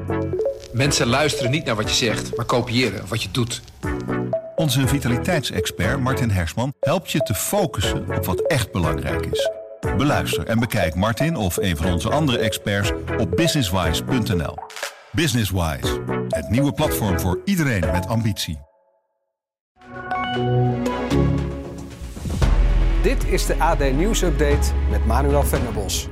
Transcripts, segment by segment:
Mensen luisteren niet naar wat je zegt, maar kopiëren wat je doet. Onze vitaliteitsexpert Martin Hersman helpt je te focussen op wat echt belangrijk is. Beluister en bekijk Martin of een van onze andere experts op businesswise.nl. Businesswise, het nieuwe platform voor iedereen met ambitie. Dit is de AD Nieuws Update met Manuel Venderbos.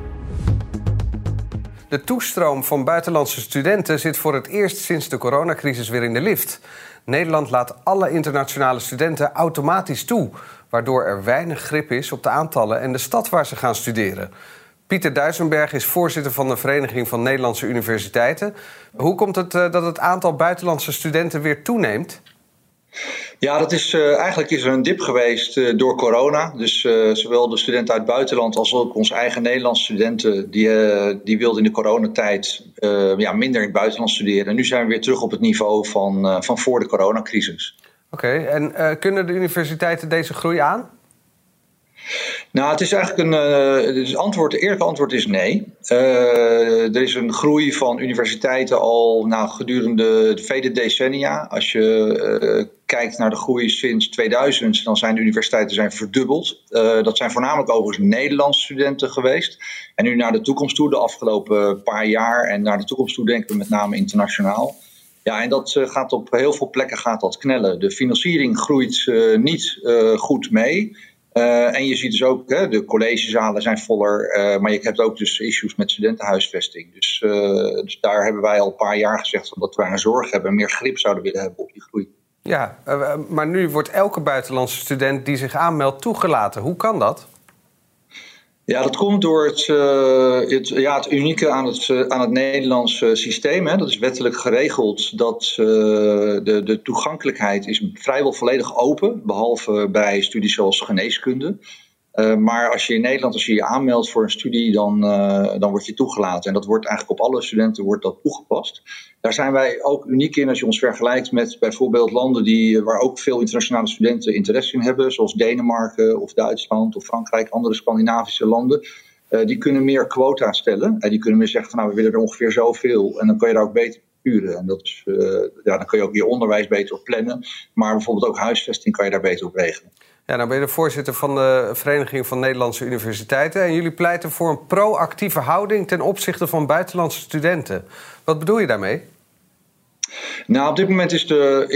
De toestroom van buitenlandse studenten zit voor het eerst sinds de coronacrisis weer in de lift. Nederland laat alle internationale studenten automatisch toe, waardoor er weinig grip is op de aantallen en de stad waar ze gaan studeren. Pieter Duisenberg is voorzitter van de Vereniging van Nederlandse Universiteiten. Hoe komt het dat het aantal buitenlandse studenten weer toeneemt? Ja, eigenlijk is er een dip geweest door corona. Dus zowel de studenten uit het buitenland als ook onze eigen Nederlandse studenten... die wilden in de coronatijd minder in het buitenland studeren. En nu zijn we weer terug op het niveau van voor de coronacrisis. Oké, en kunnen de universiteiten deze groei aan? Nou, het is eigenlijk het eerlijke antwoord is nee. Er is een groei van universiteiten al gedurende vele decennia. Als je kijkt naar de groei sinds 2000, dan zijn de universiteiten verdubbeld. Dat zijn voornamelijk overigens Nederlandse studenten geweest. En nu naar de toekomst toe, de afgelopen paar jaar. En naar de toekomst toe denken we met name internationaal. Ja, en dat gaat op heel veel plekken knellen. De financiering groeit niet goed mee. En je ziet dus ook, de collegezalen zijn voller, maar je hebt ook dus issues met studentenhuisvesting. Dus daar hebben wij al een paar jaar gezegd dat wij een zorg hebben en meer grip zouden willen hebben op die groei. Ja, maar nu wordt elke buitenlandse student die zich aanmeldt toegelaten. Hoe kan dat? Ja, dat komt door het unieke aan het Nederlandse systeem. Hè. Dat is wettelijk geregeld dat de toegankelijkheid is vrijwel volledig open. Behalve bij studies zoals geneeskunde. Maar als je in Nederland je aanmeldt voor een studie, dan word je toegelaten. En dat wordt eigenlijk op alle studenten toegepast. Daar zijn wij ook uniek in als je ons vergelijkt met bijvoorbeeld landen waar ook veel internationale studenten interesse in hebben. Zoals Denemarken of Duitsland of Frankrijk, andere Scandinavische landen. Die kunnen meer quota stellen. En die kunnen meer zeggen van we willen er ongeveer zoveel. En dan kan je daar ook beter sturen. En dat is, dan kun je ook je onderwijs beter op plannen. Maar bijvoorbeeld ook huisvesting kan je daar beter op regelen. Ja, nou ben je de voorzitter van de Vereniging van Nederlandse Universiteiten. En jullie pleiten voor een proactieve houding ten opzichte van buitenlandse studenten. Wat bedoel je daarmee? Nou, op dit moment is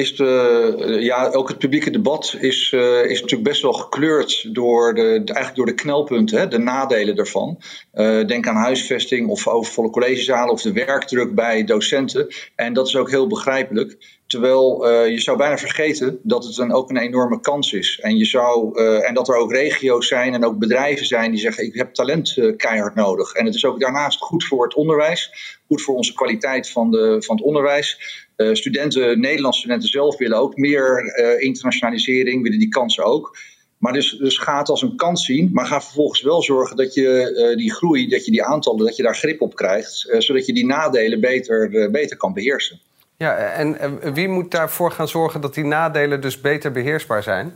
ook het publieke debat is natuurlijk best wel gekleurd door de knelpunten, hè, de nadelen daarvan. Denk aan huisvesting of overvolle collegezalen of de werkdruk bij docenten. En dat is ook heel begrijpelijk. Terwijl je zou bijna vergeten dat het ook een enorme kans is. En en dat er ook regio's zijn en ook bedrijven zijn die zeggen ik heb talent keihard nodig. En het is ook daarnaast goed voor het onderwijs, goed voor onze kwaliteit van het onderwijs. Nederlandse studenten zelf willen ook meer internationalisering, willen die kansen ook. Maar dus ga het als een kans zien, maar ga vervolgens wel zorgen dat je die groei, dat je die aantallen, dat je daar grip op krijgt, zodat je die nadelen beter kan beheersen. Ja, en wie moet daarvoor gaan zorgen dat die nadelen dus beter beheersbaar zijn?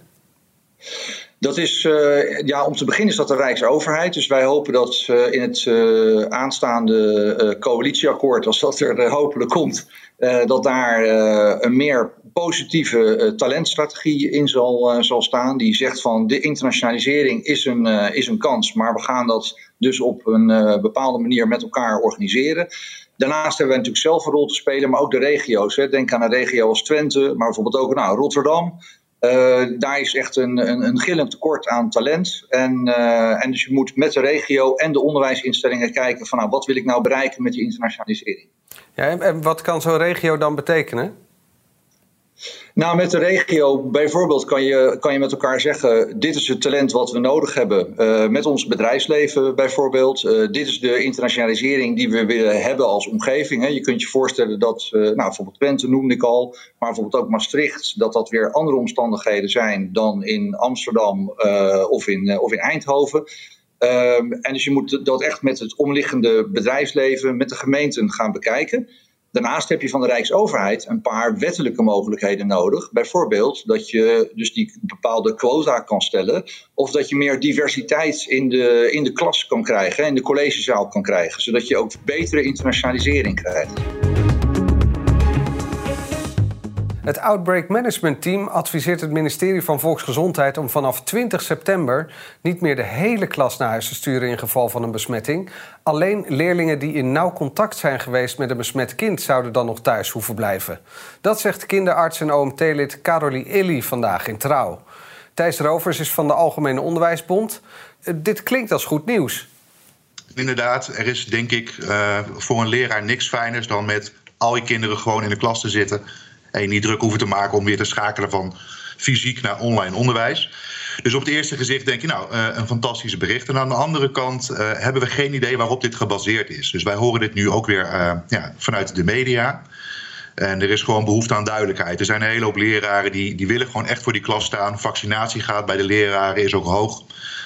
Dat is, om te beginnen is dat de Rijksoverheid. Dus wij hopen dat in het aanstaande coalitieakkoord, als dat er hopelijk komt, dat daar een meer positieve talentstrategie in zal staan. Die zegt van de internationalisering is een kans, maar we gaan dat dus op een bepaalde manier met elkaar organiseren. Daarnaast hebben we natuurlijk zelf een rol te spelen, maar ook de regio's. Hè. Denk aan een regio als Twente, maar bijvoorbeeld ook Rotterdam. Daar is echt een gillend tekort aan talent. En dus je moet met de regio en de onderwijsinstellingen kijken van wat wil ik nou bereiken met die internationalisering. Ja, en wat kan zo'n regio dan betekenen? Nou, met de regio bijvoorbeeld kan je met elkaar zeggen, dit is het talent wat we nodig hebben met ons bedrijfsleven bijvoorbeeld. Dit is de internationalisering die we willen hebben als omgeving. Hè. Je kunt je voorstellen dat, bijvoorbeeld Twente noemde ik al, maar bijvoorbeeld ook Maastricht, dat weer andere omstandigheden zijn dan in Amsterdam of in Eindhoven. En dus je moet dat echt met het omliggende bedrijfsleven, met de gemeenten gaan bekijken. Daarnaast heb je van de Rijksoverheid een paar wettelijke mogelijkheden nodig. Bijvoorbeeld dat je dus die bepaalde quota kan stellen. Of dat je meer diversiteit in de klas kan krijgen, in de collegezaal kan krijgen. Zodat je ook betere internationalisering krijgt. Het Outbreak Management Team adviseert het ministerie van Volksgezondheid om vanaf 20 september niet meer de hele klas naar huis te sturen in geval van een besmetting. Alleen leerlingen die in nauw contact zijn geweest met een besmet kind zouden dan nog thuis hoeven blijven. Dat zegt kinderarts en OMT-lid Carolie Illy vandaag in Trouw. Thijs Rovers is van de Algemene Onderwijsbond. Dit klinkt als goed nieuws. Inderdaad, er is denk ik voor een leraar niks fijners dan met al je kinderen gewoon in de klas te zitten en je niet druk hoeven te maken om weer te schakelen van fysiek naar online onderwijs. Dus op het eerste gezicht denk je, een fantastisch bericht. En aan de andere kant hebben we geen idee waarop dit gebaseerd is. Dus wij horen dit nu ook weer vanuit de media. En er is gewoon behoefte aan duidelijkheid. Er zijn een hele hoop leraren die willen gewoon echt voor die klas staan. Vaccinatiegraad bij de leraren is ook hoog.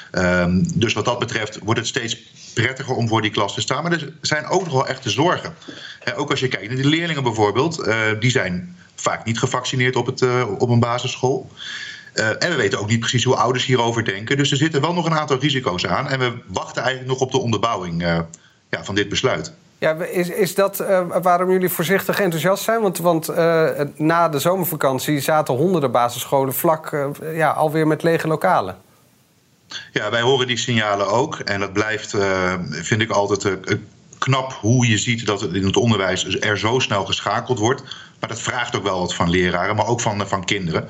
Dus wat dat betreft wordt het steeds prettiger om voor die klas te staan. Maar er zijn ook nog wel echte zorgen. Ook als je kijkt naar de leerlingen bijvoorbeeld. Die zijn vaak niet gevaccineerd op een basisschool. En we weten ook niet precies hoe ouders hierover denken. Dus er zitten wel nog een aantal risico's aan. En we wachten eigenlijk nog op de onderbouwing van dit besluit. Ja, is dat waarom jullie voorzichtig enthousiast zijn? Want na de zomervakantie zaten honderden basisscholen vlak alweer met lege lokalen. Ja, wij horen die signalen ook. En dat blijft, vind ik altijd knap hoe je ziet dat het in het onderwijs er zo snel geschakeld wordt. Maar dat vraagt ook wel wat van leraren, maar ook van kinderen.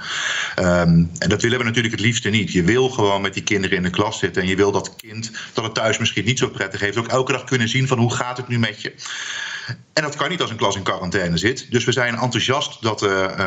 En dat willen we natuurlijk het liefste niet. Je wil gewoon met die kinderen in de klas zitten. En je wil dat kind, dat het thuis misschien niet zo prettig heeft, ook elke dag kunnen zien van hoe gaat het nu met je. En dat kan niet als een klas in quarantaine zit. Dus we zijn enthousiast dat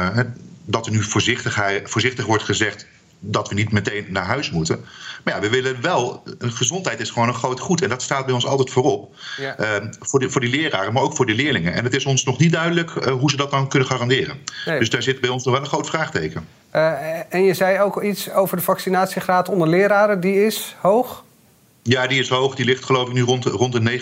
er nu voorzichtig wordt gezegd dat we niet meteen naar huis moeten. Maar ja, we willen wel, gezondheid is gewoon een groot goed. En dat staat bij ons altijd voorop. Ja. Voor die leraren, maar ook voor de leerlingen. En het is ons nog niet duidelijk hoe ze dat dan kunnen garanderen. Nee. Dus daar zit bij ons nog wel een groot vraagteken. En je zei ook iets over de vaccinatiegraad onder leraren. Die is hoog? Ja, die is hoog. Die ligt geloof ik nu rond de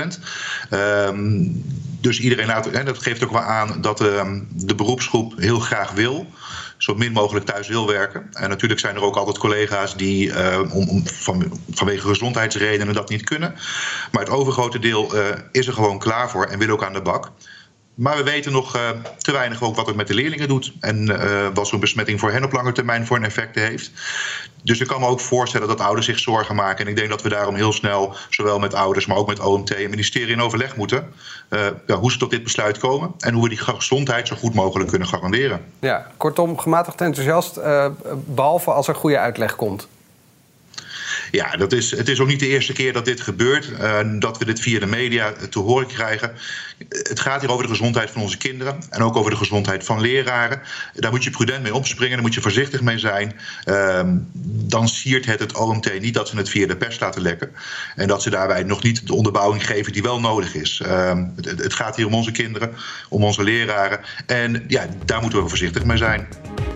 90%. Dus iedereen dat geeft ook wel aan dat de beroepsgroep heel graag wil. Zo min mogelijk thuis wil werken. En natuurlijk zijn er ook altijd collega's die vanwege gezondheidsredenen dat niet kunnen. Maar het overgrote deel is er gewoon klaar voor en wil ook aan de bak. Maar we weten nog te weinig ook wat het met de leerlingen doet. En wat zo'n besmetting voor hen op lange termijn voor een effect heeft. Dus ik kan me ook voorstellen dat ouders zich zorgen maken. En ik denk dat we daarom heel snel, zowel met ouders, maar ook met OMT en ministerie in overleg moeten. Hoe ze tot dit besluit komen. En hoe we die gezondheid zo goed mogelijk kunnen garanderen. Ja, kortom, gematigd enthousiast, behalve als er goede uitleg komt. Ja, het is ook niet de eerste keer dat dit gebeurt. Dat we dit via de media te horen krijgen. Het gaat hier over de gezondheid van onze kinderen. En ook over de gezondheid van leraren. Daar moet je prudent mee opspringen. Daar moet je voorzichtig mee zijn. Dan siert het OMT niet dat ze het via de pers laten lekken. En dat ze daarbij nog niet de onderbouwing geven die wel nodig is. Het gaat hier om onze kinderen. Om onze leraren. En ja, daar moeten we voorzichtig mee zijn.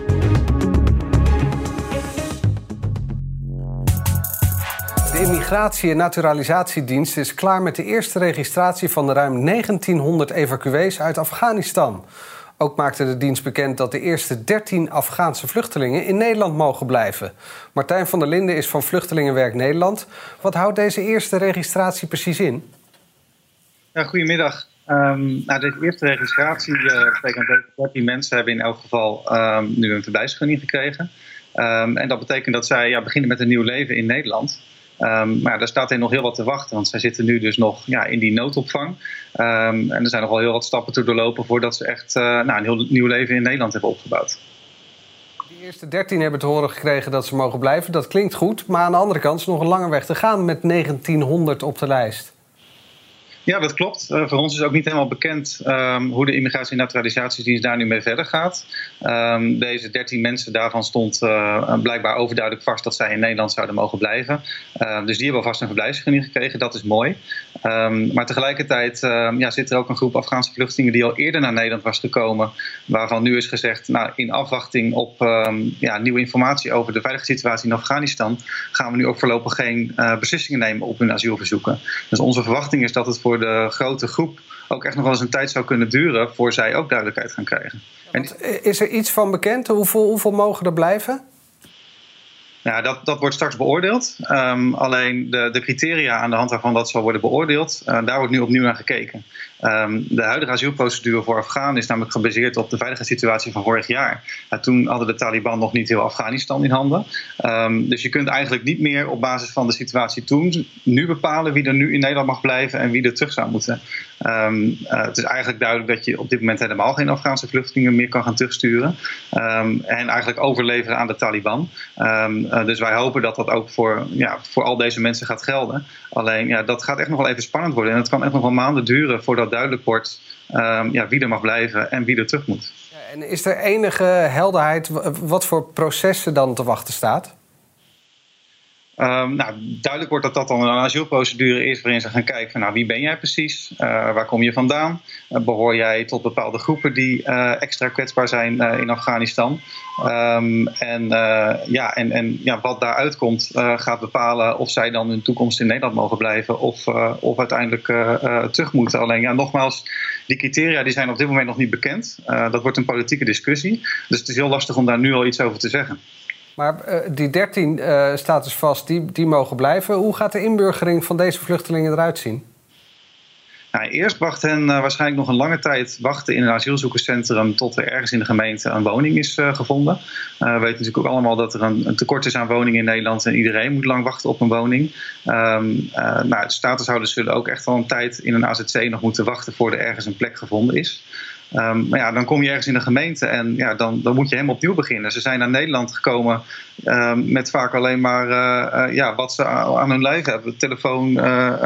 De Immigratie- en Naturalisatiedienst is klaar met de eerste registratie van de ruim 1900 evacuees uit Afghanistan. Ook maakte de dienst bekend dat de eerste 13 Afghaanse vluchtelingen in Nederland mogen blijven. Martijn van der Linden is van Vluchtelingenwerk Nederland. Wat houdt deze eerste registratie precies in? Ja, goedemiddag. De eerste registratie betekent dat 13 mensen hebben in elk geval nu een verblijfsvergunning gekregen. En dat betekent dat zij beginnen met een nieuw leven in Nederland. Maar daar staat er nog heel wat te wachten, want zij zitten nu dus nog in die noodopvang. En er zijn nog wel heel wat stappen te doorlopen voordat ze echt een heel nieuw leven in Nederland hebben opgebouwd. De eerste 13 hebben te horen gekregen dat ze mogen blijven. Dat klinkt goed, maar aan de andere kant is nog een lange weg te gaan met 1900 op de lijst. Ja, dat klopt. Voor ons is ook niet helemaal bekend hoe de Immigratie- en Naturalisatiedienst daar nu mee verder gaat. Deze 13 mensen, daarvan stond blijkbaar overduidelijk vast dat zij in Nederland zouden mogen blijven. Dus die hebben alvast een verblijfsvergunning gekregen, dat is mooi. Maar tegelijkertijd zit er ook een groep Afghaanse vluchtelingen die al eerder naar Nederland was gekomen. Waarvan nu is gezegd, in afwachting op nieuwe informatie over de veiligheidssituatie in Afghanistan, gaan we nu ook voorlopig geen beslissingen nemen op hun asielverzoeken. Dus onze verwachting is dat het voor de grote groep ook echt nog wel eens een tijd zou kunnen duren voor zij ook duidelijkheid gaan krijgen. Is er iets van bekend? Hoeveel mogen er blijven? Nou, dat wordt straks beoordeeld. Alleen de criteria aan de hand waarvan dat zal worden beoordeeld, daar wordt nu opnieuw naar gekeken. De huidige asielprocedure voor Afghanen is namelijk gebaseerd op de veiligheidssituatie van vorig jaar. Toen hadden de Taliban nog niet heel Afghanistan in handen. Dus je kunt eigenlijk niet meer op basis van de situatie toen nu bepalen wie er nu in Nederland mag blijven en wie er terug zou moeten. Het is eigenlijk duidelijk dat je op dit moment helemaal geen Afghaanse vluchtelingen meer kan gaan terugsturen. En eigenlijk overleveren aan de Taliban. Dus wij hopen dat dat ook voor al deze mensen gaat gelden. Alleen dat gaat echt nog wel even spannend worden. En het kan echt nog wel maanden duren voordat duidelijk wordt wie er mag blijven en wie er terug moet. Ja, en is er enige helderheid wat voor processen dan te wachten staat? Duidelijk wordt dat dan een asielprocedure is waarin ze gaan kijken van wie ben jij precies, waar kom je vandaan, behoor jij tot bepaalde groepen die extra kwetsbaar zijn in Afghanistan. Wat daaruit komt gaat bepalen of zij dan hun toekomst in Nederland mogen blijven of uiteindelijk terug moeten. Alleen nogmaals, die criteria die zijn op dit moment nog niet bekend. Dat wordt een politieke discussie, dus het is heel lastig om daar nu al iets over te zeggen. Maar die 13 staat dus vast, die mogen blijven. Hoe gaat de inburgering van deze vluchtelingen eruit zien? Eerst wacht hen waarschijnlijk nog een lange tijd wachten in een asielzoekerscentrum tot er ergens in de gemeente een woning is gevonden. We weten natuurlijk ook allemaal dat er een tekort is aan woningen in Nederland en iedereen moet lang wachten op een woning. De statushouders zullen ook echt wel een tijd in een AZC nog moeten wachten voordat er ergens een plek gevonden is. Dan kom je ergens in de gemeente en dan moet je helemaal opnieuw beginnen. Ze zijn naar Nederland gekomen met vaak alleen maar wat ze aan hun lijf hebben. Telefoon,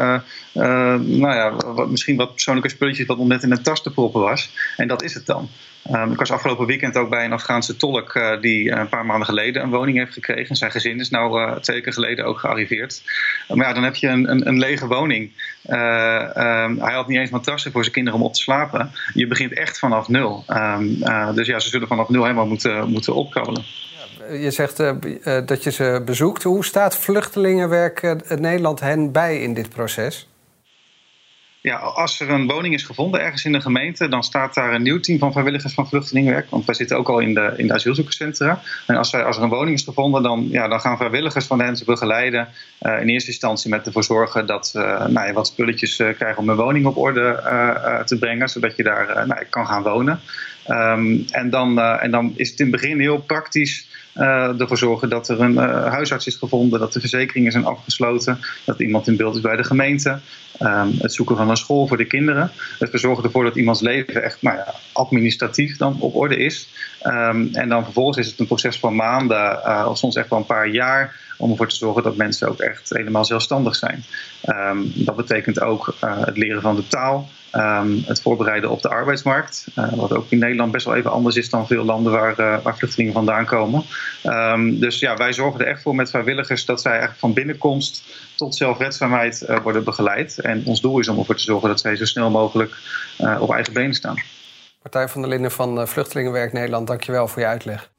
misschien wat persoonlijke spulletjes wat nog net in een tas te proppen was. En dat is het dan. Ik was afgelopen weekend ook bij een Afghaanse tolk die een paar maanden geleden een woning heeft gekregen. Zijn gezin is nou 2 weken geleden ook gearriveerd. Maar dan heb je een lege woning. Hij had niet eens matrassen voor zijn kinderen om op te slapen. Je begint echt vanaf nul. Dus ze zullen vanaf nul helemaal moeten opkomen. Je zegt dat je ze bezoekt. Hoe staat Vluchtelingenwerk Nederland hen bij in dit proces? Ja, als er een woning is gevonden ergens in de gemeente, dan staat daar een nieuw team van vrijwilligers van Vluchtelingenwerk. Want wij zitten ook al in de asielzoekerscentra. En als er een woning is gevonden, dan gaan vrijwilligers van hen ze begeleiden. In eerste instantie met ervoor zorgen dat je wat spulletjes krijgt om een woning op orde te brengen, zodat je daar kan gaan wonen. En dan is het in het begin heel praktisch ervoor zorgen dat er een huisarts is gevonden, dat de verzekeringen zijn afgesloten, dat iemand in beeld is bij de gemeente. Het zoeken van een school voor de kinderen. Het zorgen ervoor dat iemands leven echt administratief dan op orde is. En dan vervolgens is het een proces van maanden, of soms echt wel een paar jaar, om ervoor te zorgen dat mensen ook echt helemaal zelfstandig zijn. Dat betekent ook het leren van de taal. Het voorbereiden op de arbeidsmarkt. Wat ook in Nederland best wel even anders is dan veel landen waar vluchtelingen vandaan komen. Dus wij zorgen er echt voor met vrijwilligers dat zij eigenlijk van binnenkomst tot zelfredzaamheid worden begeleid. En ons doel is om ervoor te zorgen dat zij zo snel mogelijk op eigen benen staan. Martijn van der Linden van Vluchtelingenwerk Nederland, dankjewel voor je uitleg.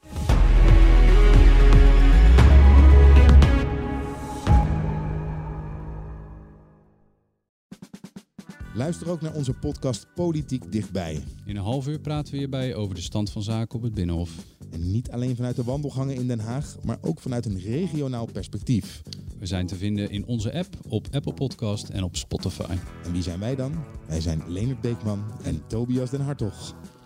Luister ook naar onze podcast Politiek Dichtbij. In een half uur praten we hierbij over de stand van zaken op het Binnenhof. En niet alleen vanuit de wandelgangen in Den Haag, maar ook vanuit een regionaal perspectief. We zijn te vinden in onze app, op Apple Podcast en op Spotify. En wie zijn wij dan? Wij zijn Leonard Beekman en Tobias den Hartog.